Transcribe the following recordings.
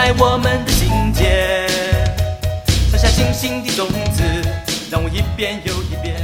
在我们的心间，撒下信心的种子，让我一遍又一遍。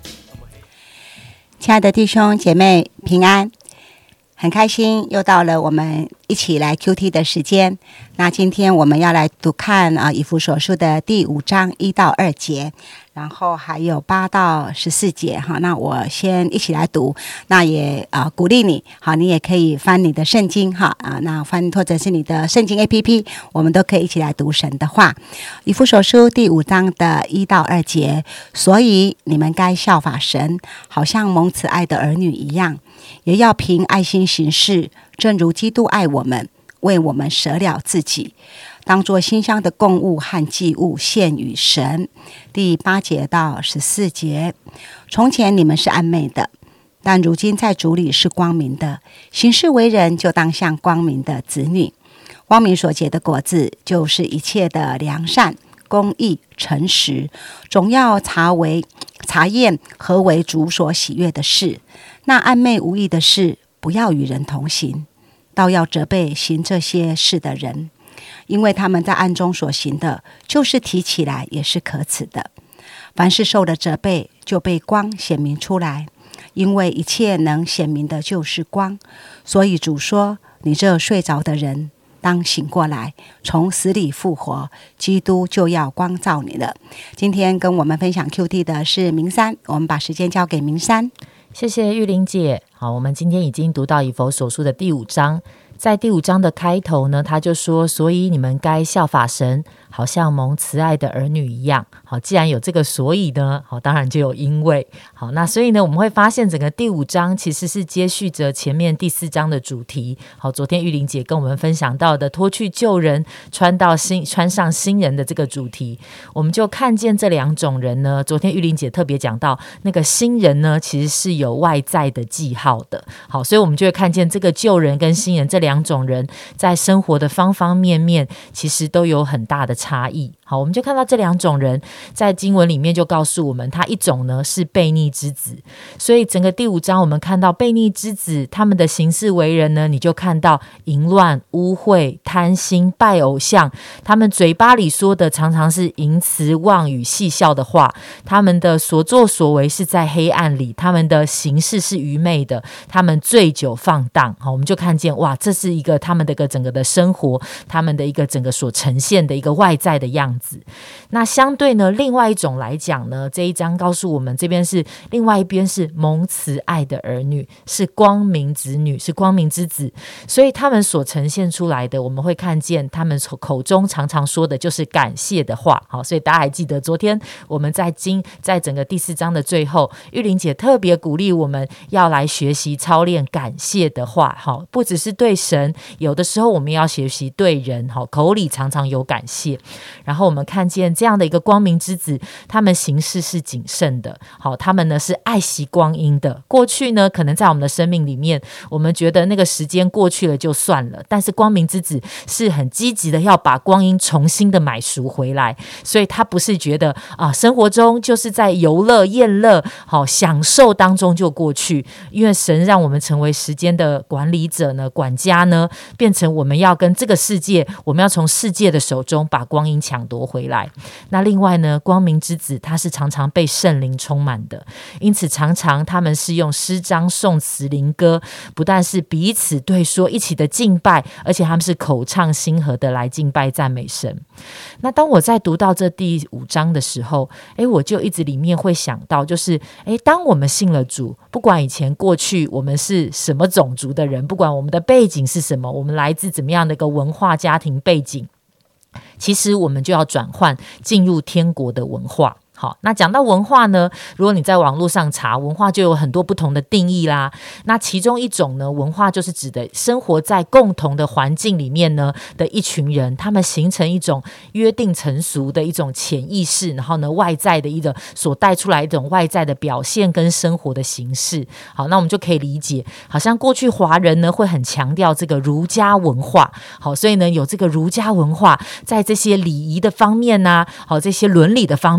亲爱的弟兄姐妹平安，很开心又到了我们一起来 QT 的时间。那今天我们要来读看以弗所书的第5章1到2节，然后还有8到14节哈。那我先一起来读，那也鼓励你好，你也可以翻你的圣经哈那翻或者是你的圣经 APP， 我们都可以一起来读神的话。以弗所书第5章的1到2节，所以你们该效法神，好像蒙慈爱的儿女一样，也要凭爱心行事，正如基督爱我们，为我们舍了自己，当作馨香的供物和祭物献与神。第8节到14节，从前你们是暗昧的，但如今在主里是光明的，行事为人就当像光明的子女。光明所结的果子，就是一切的良善、公义、诚实，总要查验何为主所喜悦的事。那暧昧无益的事，不要与人同行，倒要责备行这些事的人，因为他们在暗中所行的，就是提起来也是可耻的。凡是受了责备，就被光显明出来，因为一切能显明的就是光。所以主说，你这睡着的人，当醒过来，从死里复活，基督就要光照你了。今天跟我们分享 QT 的是明山，我们把时间交给明山。 谢谢玉玲姐。好，我们今天已经读到以弗所书的第5章，在第5章的开头呢，他就说，所以你们该效法神，好像蒙慈爱的儿女一样。好，既然有这个所以呢，好，当然就有因为。好，那所以呢，我们会发现整个第5章其实是接续着前面第4章的主题。好，昨天玉玲姐跟我们分享到的脱去旧人，穿上新人的这个主题，我们就看见这2种人呢，昨天玉玲姐特别讲到，那个新人呢，其实是有外在的记号的。好，所以我们就会看见这个旧人跟新人这2种人在生活的方方面面其实都有很大的差异。好，我们就看到这2种人在经文里面就告诉我们，他一种呢是悖逆之子。所以整个第5章我们看到悖逆之子他们的行事为人呢，你就看到淫乱、污秽、贪心、拜偶像，他们嘴巴里说的常常是淫词妄语、戏笑的话，他们的所作所为是在黑暗里，他们的行事是愚昧的，他们醉酒放荡。好，我们就看见哇，这是一个他们的一个整个的生活，他们的一个整个所呈现的一个外在的样子。那相对呢，另外一种来讲呢，这一章告诉我们，这边是另外一边是蒙慈爱的儿女，是光明子女，是光明之子。所以他们所呈现出来的，我们会看见他们口中常常说的就是感谢的话。好，所以大家还记得昨天我们在整个第4章的最后，玉玲姐特别鼓励我们要来学习操练感谢的话。好，不只是对神，有的时候我们要学习对人，好，口里常常有感谢。然后我们看见这样的一个光明之子，他们行事是谨慎的。好，他们呢是爱惜光阴的。过去呢，可能在我们的生命里面，我们觉得那个时间过去了就算了，但是光明之子是很积极的要把光阴重新的买赎回来。所以他不是觉得生活中就是在游乐宴乐，好，享受当中就过去。因为神让我们成为时间的管理者呢，管家呢，变成我们要跟这个世界，我们要从世界的手中把光阴抢夺回来。那另外呢，光明之子他是常常被圣灵充满的，因此常常他们是用诗章、颂词、灵歌，不但是彼此对说，一起的敬拜，而且他们是口唱心和的来敬拜赞美神。那当我在读到这第5章的时候，我就一直里面会想到，就是当我们信了主，不管以前过去我们是什么种族的人，不管我们的背景是什么，我们来自怎么样的一个文化家庭背景，其实我们就要转换进入天国的文化。好，那讲到文化呢，如果你在网络上查，文化就有很多不同的定义啦。那其中一种呢，文化就是指的生活在共同的环境里面呢的一群人，他们形成一种约定成俗的一种潜意识，然后呢外在的一个所带出来一种外在的表现跟生活的形式。好，那我们就可以理解，好像过去华人呢会很强调这个儒家文化。好，所以呢有这个儒家文化在这些礼仪的方面啊，好，这些伦理的方面，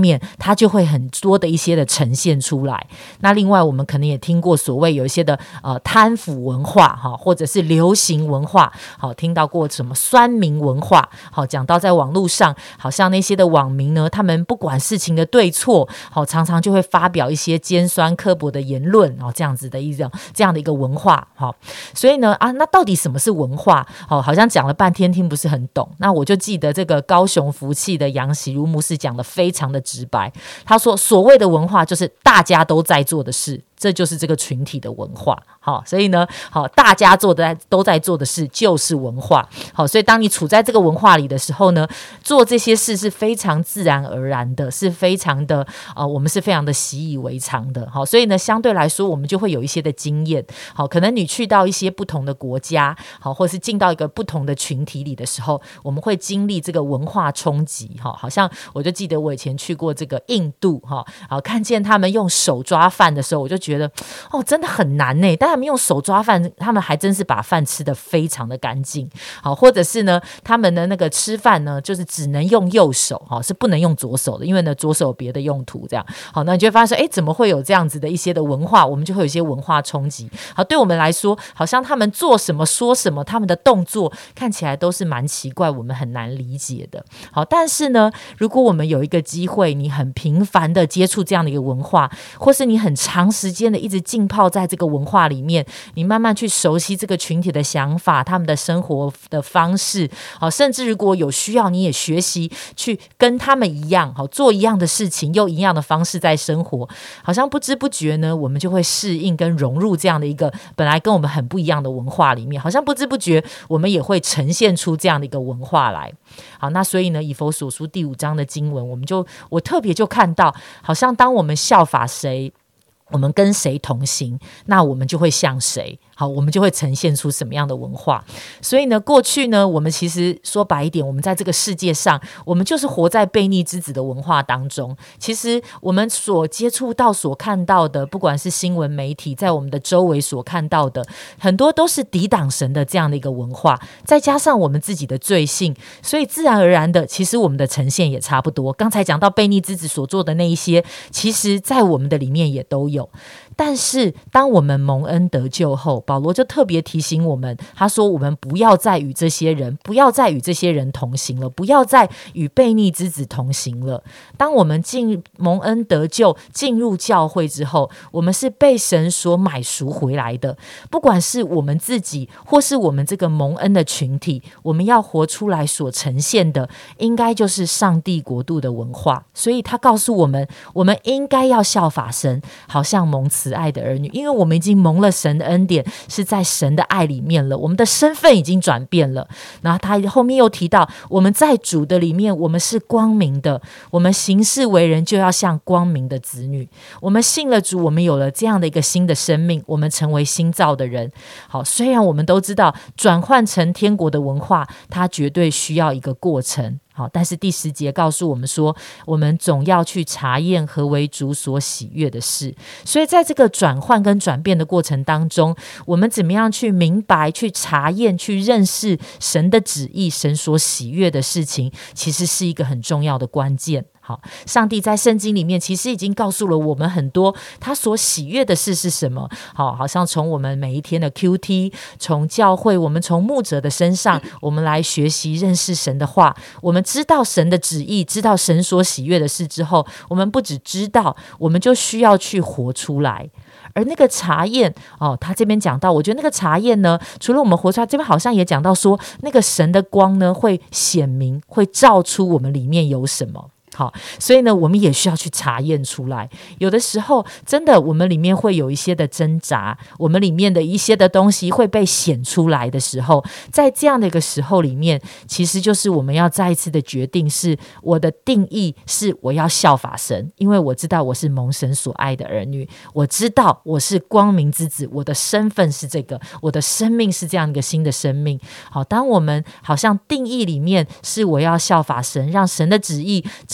它就会很多的一些的呈现出来。那另外我们可能也听过所谓有一些的贪腐文化或者是流行文化，听到过什么酸民文化，讲到在网络上好像那些的网民呢，他们不管事情的对错，常常就会发表一些尖酸刻薄的言论，这样子的这样的一个文化。所以呢那到底什么是文化？好像讲了半天听不是很懂。那我就记得这个高雄福气的杨喜如牧师讲的非常的直白，他说所谓的文化就是大家都在做的事，这就是这个群体的文化。所以呢大家都在做的事就是文化。所以当你处在这个文化里的时候呢，做这些事是非常自然而然的，是非常的我们是非常的习以为常的。所以呢相对来说我们就会有一些的经验。可能你去到一些不同的国家，或是进到一个不同的群体里的时候，我们会经历这个文化冲击。好像我就记得我以前去过这个印度，看见他们用手抓饭的时候，我就觉得真的很难耶。但他们用手抓饭，他们还真是把饭吃得非常的干净。或者是呢他们的那个吃饭呢就是只能用右手，是不能用左手的，因为呢左手有别的用途。这样那你就会发现怎么会有这样子的一些的文化，我们就会有一些文化冲击。对我们来说好像他们做什么说什么，他们的动作看起来都是蛮奇怪，我们很难理解的。但是呢如果我们有一个机会，你很频繁的接触这样的一个文化，或是你很长时间的一直浸泡在这个文化里面，你慢慢去熟悉这个群体的想法，他们的生活的方式，甚至如果有需要你也学习去跟他们一样做一样的事情，用一样的方式在生活，好像不知不觉呢我们就会适应跟融入这样的一个本来跟我们很不一样的文化里面，好像不知不觉我们也会呈现出这样的一个文化来。好，那所以呢以弗所书第5章的经文，我特别就看到，好像当我们效法谁，我们跟谁同行，那我们就会像谁。好，我们就会呈现出什么样的文化。所以呢过去呢我们其实说白一点，我们在这个世界上，我们就是活在悖逆之子的文化当中。其实我们所接触到所看到的，不管是新闻媒体在我们的周围所看到的，很多都是抵挡神的这样的一个文化，再加上我们自己的罪性，所以自然而然的其实我们的呈现也差不多。刚才讲到悖逆之子所做的那一些，其实在我们的里面也都有。但是当我们蒙恩得救后，保罗就特别提醒我们，他说我们不要再与这些人同行了，不要再与悖逆之子同行了。当我们蒙恩得救进入教会之后，我们是被神所买赎回来的，不管是我们自己或是我们这个蒙恩的群体，我们要活出来所呈现的应该就是上帝国度的文化。所以他告诉我们，我们应该要效法神，好像蒙慈爱的儿女，因为我们已经蒙了神的恩典，是在神的爱里面了，我们的身份已经转变了。然后他后面又提到，我们在主的里面，我们是光明的，我们行事为人就要像光明的子女。我们信了主，我们有了这样的一个新的生命，我们成为新造的人。好，虽然我们都知道转换成天国的文化，它绝对需要一个过程。好，但是第10节告诉我们说，我们总要去查验何为主所喜悦的事。所以在这个转换跟转变的过程当中，我们怎么样去明白、去查验、去认识神的旨意，神所喜悦的事情，其实是一个很重要的关键。好，上帝在圣经里面其实已经告诉了我们很多他所喜悦的事是什么。好像从我们每一天的 QT， 从教会，我们从牧者的身上，我们来学习认识神的话，我们知道神的旨意，知道神所喜悦的事之后，我们不只知道，我们就需要去活出来。而那个查验他这边讲到，我觉得那个查验呢，除了我们活出来，这边好像也讲到说，那个神的光呢会显明，会照出我们里面有什么。好，所以呢我们也需要去查验出来。有的时候真的我们里面会有一些的挣扎，我们里面的一些的东西会被显出来的时候，在这样的一个时候里面，其实就是我们要再一次的决定，是我的定义是我要效法神，因为我知道我是蒙神所爱的儿女，我知道我是光明之子，我的身份是这个，我的生命是这样一个新的生命。好，当我们好像定义里面是我要效法神，让神的旨意成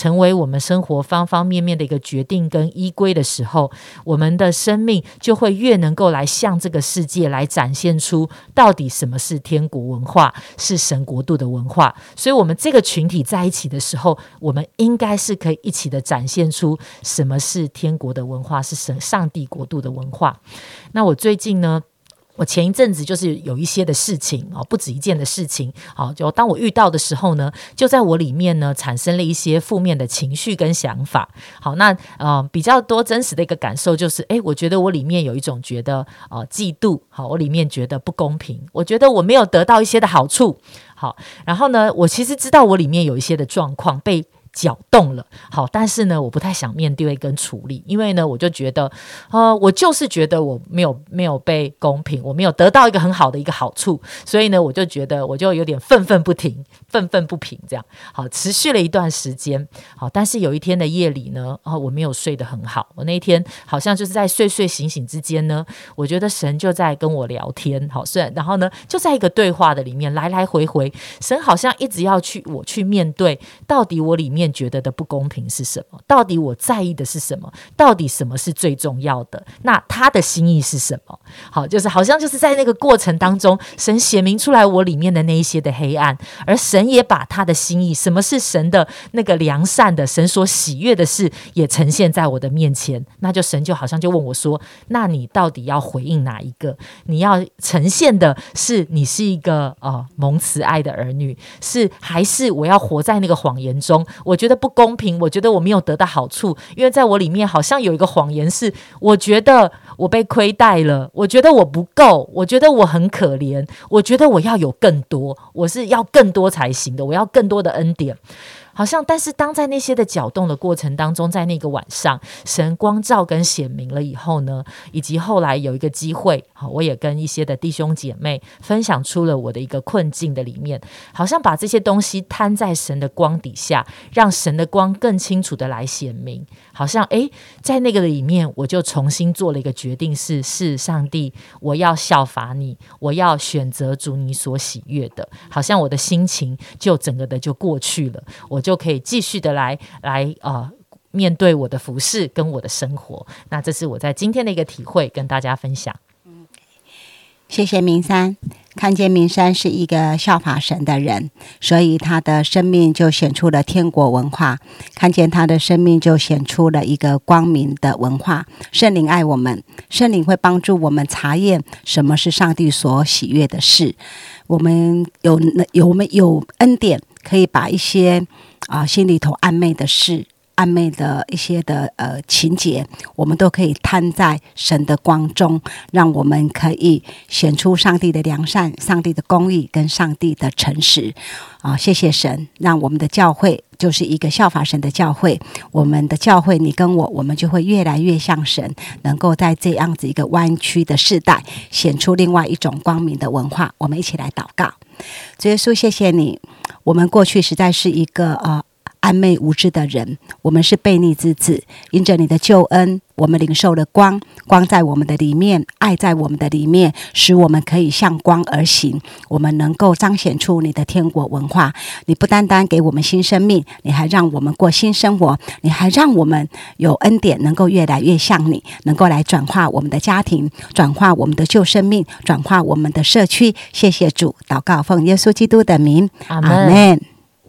成为我们生活方方面面的一个决定跟依归的时候，我们的生命就会越能够来向这个世界来展现出到底什么是天国文化，是神国度的文化。所以我们这个群体在一起的时候，我们应该是可以一起的展现出什么是天国的文化，是上帝国度的文化。那我最近呢，我前一阵子就是有一些的事情，不止一件的事情，就当我遇到的时候呢，就在我里面呢产生了一些负面的情绪跟想法。好，那比较多真实的一个感受就是，我觉得我里面有一种觉得嫉妒，好，我里面觉得不公平，我觉得我没有得到一些的好处。好，然后呢，我其实知道我里面有一些的状况被搅动了，好，但是呢，我不太想面对跟处理，因为呢，我就觉得，我就是觉得我没有被公平，我没有得到一个很好的一个好处，所以呢，我就觉得我就有点愤愤不平这样，好，持续了一段时间，好，但是有一天的夜里呢，我没有睡得很好，我那一天好像就是在睡睡醒醒之间呢，我觉得神就在跟我聊天，好，然后呢，就在一个对话的里面来来回回，神好像一直要我去面对，到底我里面觉得的不公平是什么？到底我在意的是什么？到底什么是最重要的？那他的心意是什么？好，就是好像就是在那个过程当中，神显明出来我里面的那一些的黑暗，而神也把他的心意，什么是神的那个良善的，神所喜悦的事，也呈现在我的面前。那就神就好像就问我说：“那你到底要回应哪一个？你要呈现的是你是一个蒙慈爱的儿女，还是我要活在那个谎言中？我觉得不公平，我觉得我没有得到好处，因为在我里面好像有一个谎言是，我觉得我被亏待了，我觉得我不够，我觉得我很可怜，我觉得我要有更多，我是要更多才行的，我要更多的恩典。好像，但是当在那些的搅动的过程当中，在那个晚上，神光照跟显明了以后呢，以及后来有一个机会，我也跟一些的弟兄姐妹分享出了我的一个困境的里面，好像把这些东西摊在神的光底下，让神的光更清楚的来显明。好像在那个里面，我就重新做了一个决定，是上帝，我要效法你，我要选择主你所喜悦的。好像我的心情就整个的就过去了，我就可以继续的来面对我的服事跟我的生活。那这是我在今天的一个体会，跟大家分享。 谢谢明山，看见明山是一个效法神的人，所以他的生命就显出了天国文化，看见他的生命就显出了一个光明的文化。圣灵爱我们，圣灵会帮助我们查验什么是上帝所喜悦的事。我们有恩典，可以把一些心里头暧昧的事，暧昧的一些的情节，我们都可以摊在神的光中，让我们可以显出上帝的良善、上帝的公义跟上帝的诚实。谢谢神，让我们的教会就是一个效法神的教会。我们的教会，你跟我们就会越来越像神，能够在这样子一个弯曲的世代，显出另外一种光明的文化。我们一起来祷告。主耶稣，谢谢你，我们过去实在是一个暧昧无知的人，我们是悖逆之子，因着你的救恩，我们领受了光在我们的里面，爱在我们的里面，使我们可以向光而行，我们能够彰显出你的天国文化。你不单单给我们新生命，你还让我们过新生活，你还让我们有恩典，能够越来越像你，能够来转化我们的家庭，转化我们的旧生命，转化我们的社区。谢谢主，祷告奉耶稣基督的名，阿们。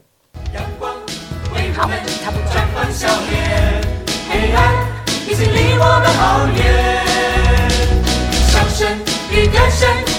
好，差不多。转换笑脸，黑暗已经离我们好远。向神与更深。